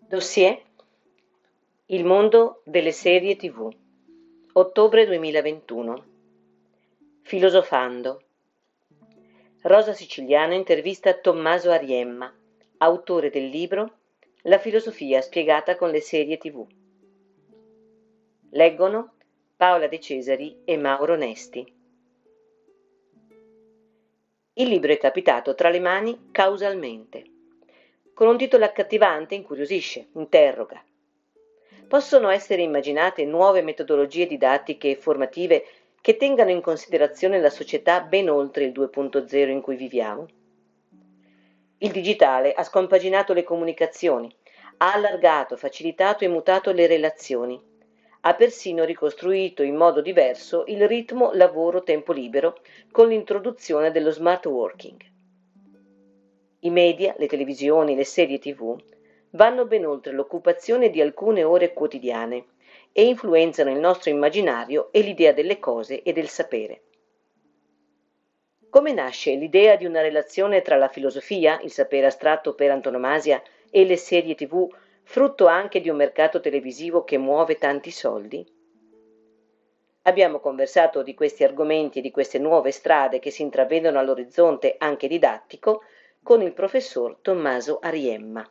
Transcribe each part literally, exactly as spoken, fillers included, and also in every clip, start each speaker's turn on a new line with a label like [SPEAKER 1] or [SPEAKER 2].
[SPEAKER 1] Dossier Il mondo delle serie tivù. Ottobre duemilaventuno. Filosofando. Rosa Siciliano intervista Tommaso Ariemma, autore del libro La filosofia spiegata con le serie tivù. Leggono Paola De Cesari e Mauro Nesti. Il libro è capitato tra le mani causalmente. Con un titolo accattivante incuriosisce, interroga. Possono essere immaginate nuove metodologie didattiche e formative che tengano in considerazione la società ben oltre il due punto zero in cui viviamo? Il digitale ha scompaginato le comunicazioni, ha allargato, facilitato e mutato le relazioni, ha persino ricostruito in modo diverso il ritmo lavoro-tempo libero con l'introduzione dello smart working. I media, le televisioni, le serie tivù vanno ben oltre l'occupazione di alcune ore quotidiane e influenzano il nostro immaginario e l'idea delle cose e del sapere. Come nasce l'idea di una relazione tra la filosofia, il sapere astratto per antonomasia, e le serie tivù, frutto anche di un mercato televisivo che muove tanti soldi? Abbiamo conversato di questi argomenti e di queste nuove strade che si intravedono all'orizzonte anche didattico con il professor Tommaso Ariemma.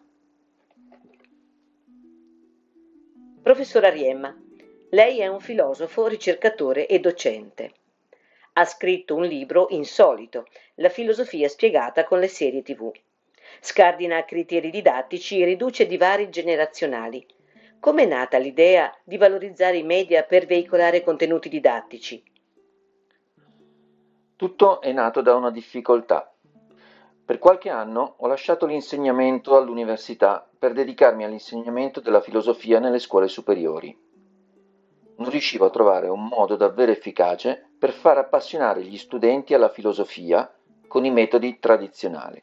[SPEAKER 1] Professor Ariemma, lei è un filosofo, ricercatore e docente. Ha scritto un libro insolito, La filosofia spiegata con le serie tivù. Scardina criteri didattici e riduce divari generazionali. Com'è nata l'idea di valorizzare i media per veicolare contenuti didattici?
[SPEAKER 2] Tutto è nato da una difficoltà. Per qualche anno ho lasciato l'insegnamento all'università per dedicarmi all'insegnamento della filosofia nelle scuole superiori. Non riuscivo a trovare un modo davvero efficace per far appassionare gli studenti alla filosofia con i metodi tradizionali.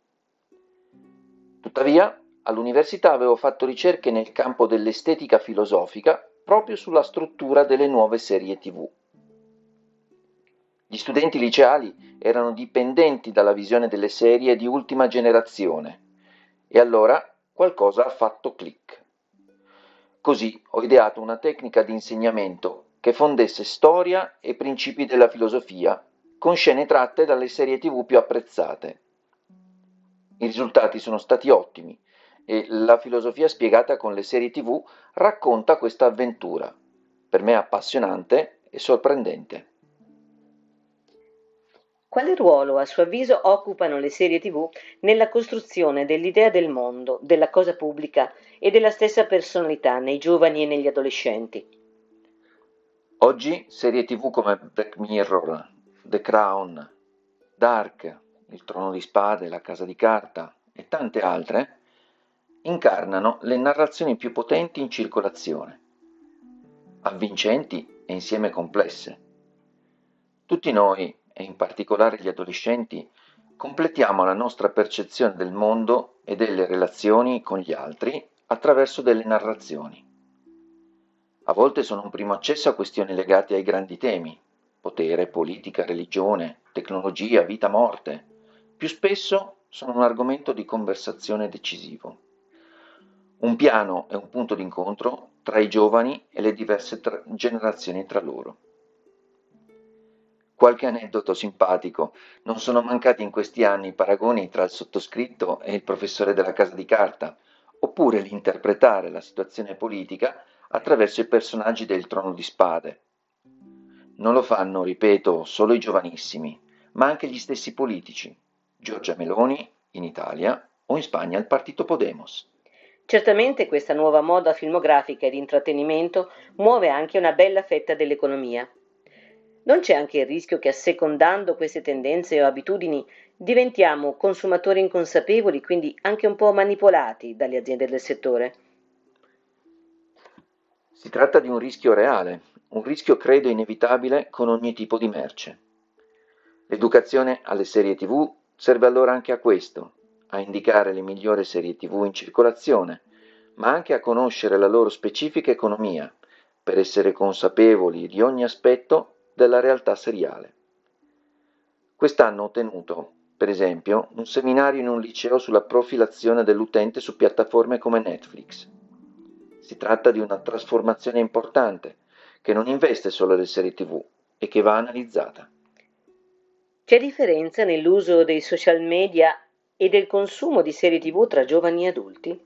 [SPEAKER 2] Tuttavia, all'università avevo fatto ricerche nel campo dell'estetica filosofica proprio sulla struttura delle nuove serie tivù. Gli studenti liceali erano dipendenti dalla visione delle serie di ultima generazione e allora qualcosa ha fatto click. Così ho ideato una tecnica di insegnamento che fondesse storia e principi della filosofia con scene tratte dalle serie tivù più apprezzate. I risultati sono stati ottimi e la filosofia spiegata con le serie tivù racconta questa avventura, per me appassionante e sorprendente.
[SPEAKER 1] Quale ruolo, a suo avviso, occupano le serie tivù nella costruzione dell'idea del mondo, della cosa pubblica e della stessa personalità nei giovani e negli adolescenti?
[SPEAKER 2] Oggi serie tivù come Black Mirror, The Crown, Dark, Il Trono di Spade, La Casa di Carta e tante altre incarnano le narrazioni più potenti in circolazione, avvincenti e insieme complesse. Tutti noi, e in particolare gli adolescenti, completiamo la nostra percezione del mondo e delle relazioni con gli altri attraverso delle narrazioni. A volte sono un primo accesso a questioni legate ai grandi temi: potere, politica, religione, tecnologia, vita, morte. Più spesso sono un argomento di conversazione decisivo. Un piano e un punto d'incontro tra i giovani e le diverse tra- generazioni tra loro. Qualche aneddoto simpatico: non sono mancati in questi anni i paragoni tra il sottoscritto e il professore della Casa di Carta, oppure l'interpretare la situazione politica attraverso i personaggi del Trono di Spade. Non lo fanno, ripeto, solo i giovanissimi, ma anche gli stessi politici. Giorgia Meloni in Italia o in Spagna il partito Podemos.
[SPEAKER 1] Certamente questa nuova moda filmografica e di intrattenimento muove anche una bella fetta dell'economia. Non c'è anche il rischio che assecondando queste tendenze o abitudini diventiamo consumatori inconsapevoli, quindi anche un po' manipolati dalle aziende del settore?
[SPEAKER 2] Si tratta di un rischio reale, un rischio credo inevitabile con ogni tipo di merce. L'educazione alle serie tivù serve allora anche a questo, a indicare le migliori serie tivù in circolazione, ma anche a conoscere la loro specifica economia, per essere consapevoli di ogni aspetto della realtà seriale. Quest'anno ho tenuto, Per esempio, un seminario in un liceo sulla profilazione dell'utente su piattaforme come Netflix. Si tratta di una trasformazione importante, che non investe solo le serie tivù e che va analizzata.
[SPEAKER 1] C'è differenza nell'uso dei social media e del consumo di serie tivù tra giovani e adulti?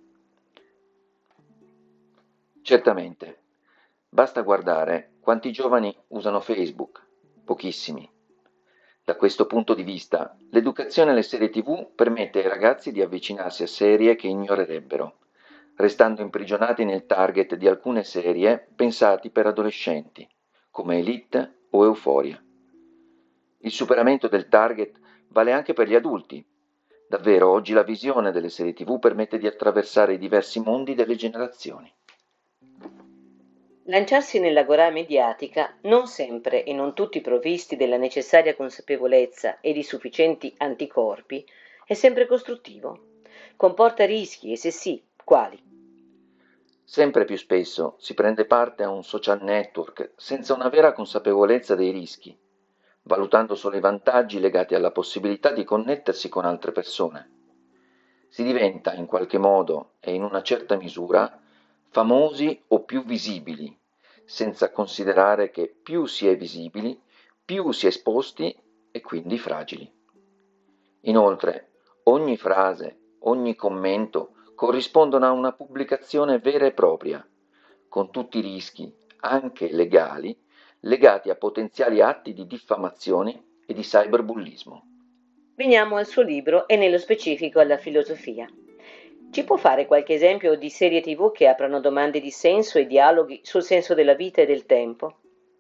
[SPEAKER 2] Certamente. Basta guardare quanti giovani usano Facebook, pochissimi. Da questo punto di vista, l'educazione alle serie tivù permette ai ragazzi di avvicinarsi a serie che ignorerebbero, restando imprigionati nel target di alcune serie pensati per adolescenti, come Elite o Euphoria. Il superamento del target vale anche per gli adulti. Davvero, oggi la visione delle serie tivù permette di attraversare i diversi mondi delle generazioni.
[SPEAKER 1] Lanciarsi nell'agorà mediatica, non sempre e non tutti provvisti della necessaria consapevolezza e di sufficienti anticorpi, è sempre costruttivo. Comporta rischi e se sì, quali?
[SPEAKER 2] Sempre più spesso si prende parte a un social network senza una vera consapevolezza dei rischi, valutando solo i vantaggi legati alla possibilità di connettersi con altre persone. Si diventa in qualche modo e in una certa misura famosi o più visibili, senza considerare che più si è visibili, più si è esposti e quindi fragili. Inoltre, ogni frase, ogni commento corrispondono a una pubblicazione vera e propria, con tutti i rischi, anche legali, legati a potenziali atti di diffamazione e di cyberbullismo.
[SPEAKER 1] Veniamo al suo libro e nello specifico alla filosofia. Ci può fare qualche esempio di serie tivù che aprano domande di senso e dialoghi sul senso della vita e del tempo?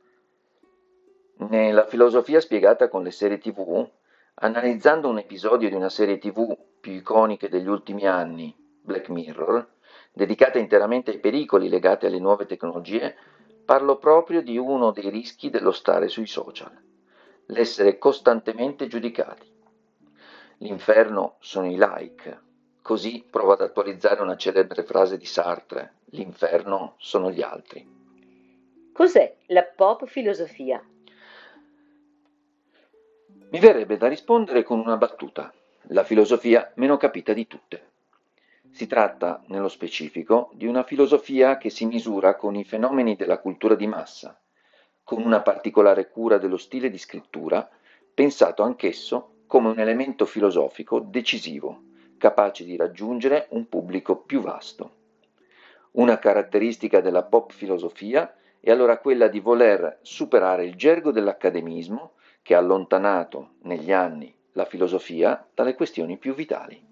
[SPEAKER 2] Nella filosofia spiegata con le serie tivù, analizzando un episodio di una serie tivù più iconiche degli ultimi anni, Black Mirror, dedicata interamente ai pericoli legati alle nuove tecnologie, parlo proprio di uno dei rischi dello stare sui social, l'essere costantemente giudicati. L'inferno sono i like, così provo ad attualizzare una celebre frase di Sartre, l'inferno sono gli altri.
[SPEAKER 1] Cos'è la pop filosofia?
[SPEAKER 2] Mi verrebbe da rispondere con una battuta, la filosofia meno capita di tutte. Si tratta, nello specifico, di una filosofia che si misura con i fenomeni della cultura di massa, con una particolare cura dello stile di scrittura, pensato anch'esso come un elemento filosofico decisivo, capace di raggiungere un pubblico più vasto. Una caratteristica della pop filosofia è allora quella di voler superare il gergo dell'accademismo che ha allontanato negli anni la filosofia dalle questioni più vitali.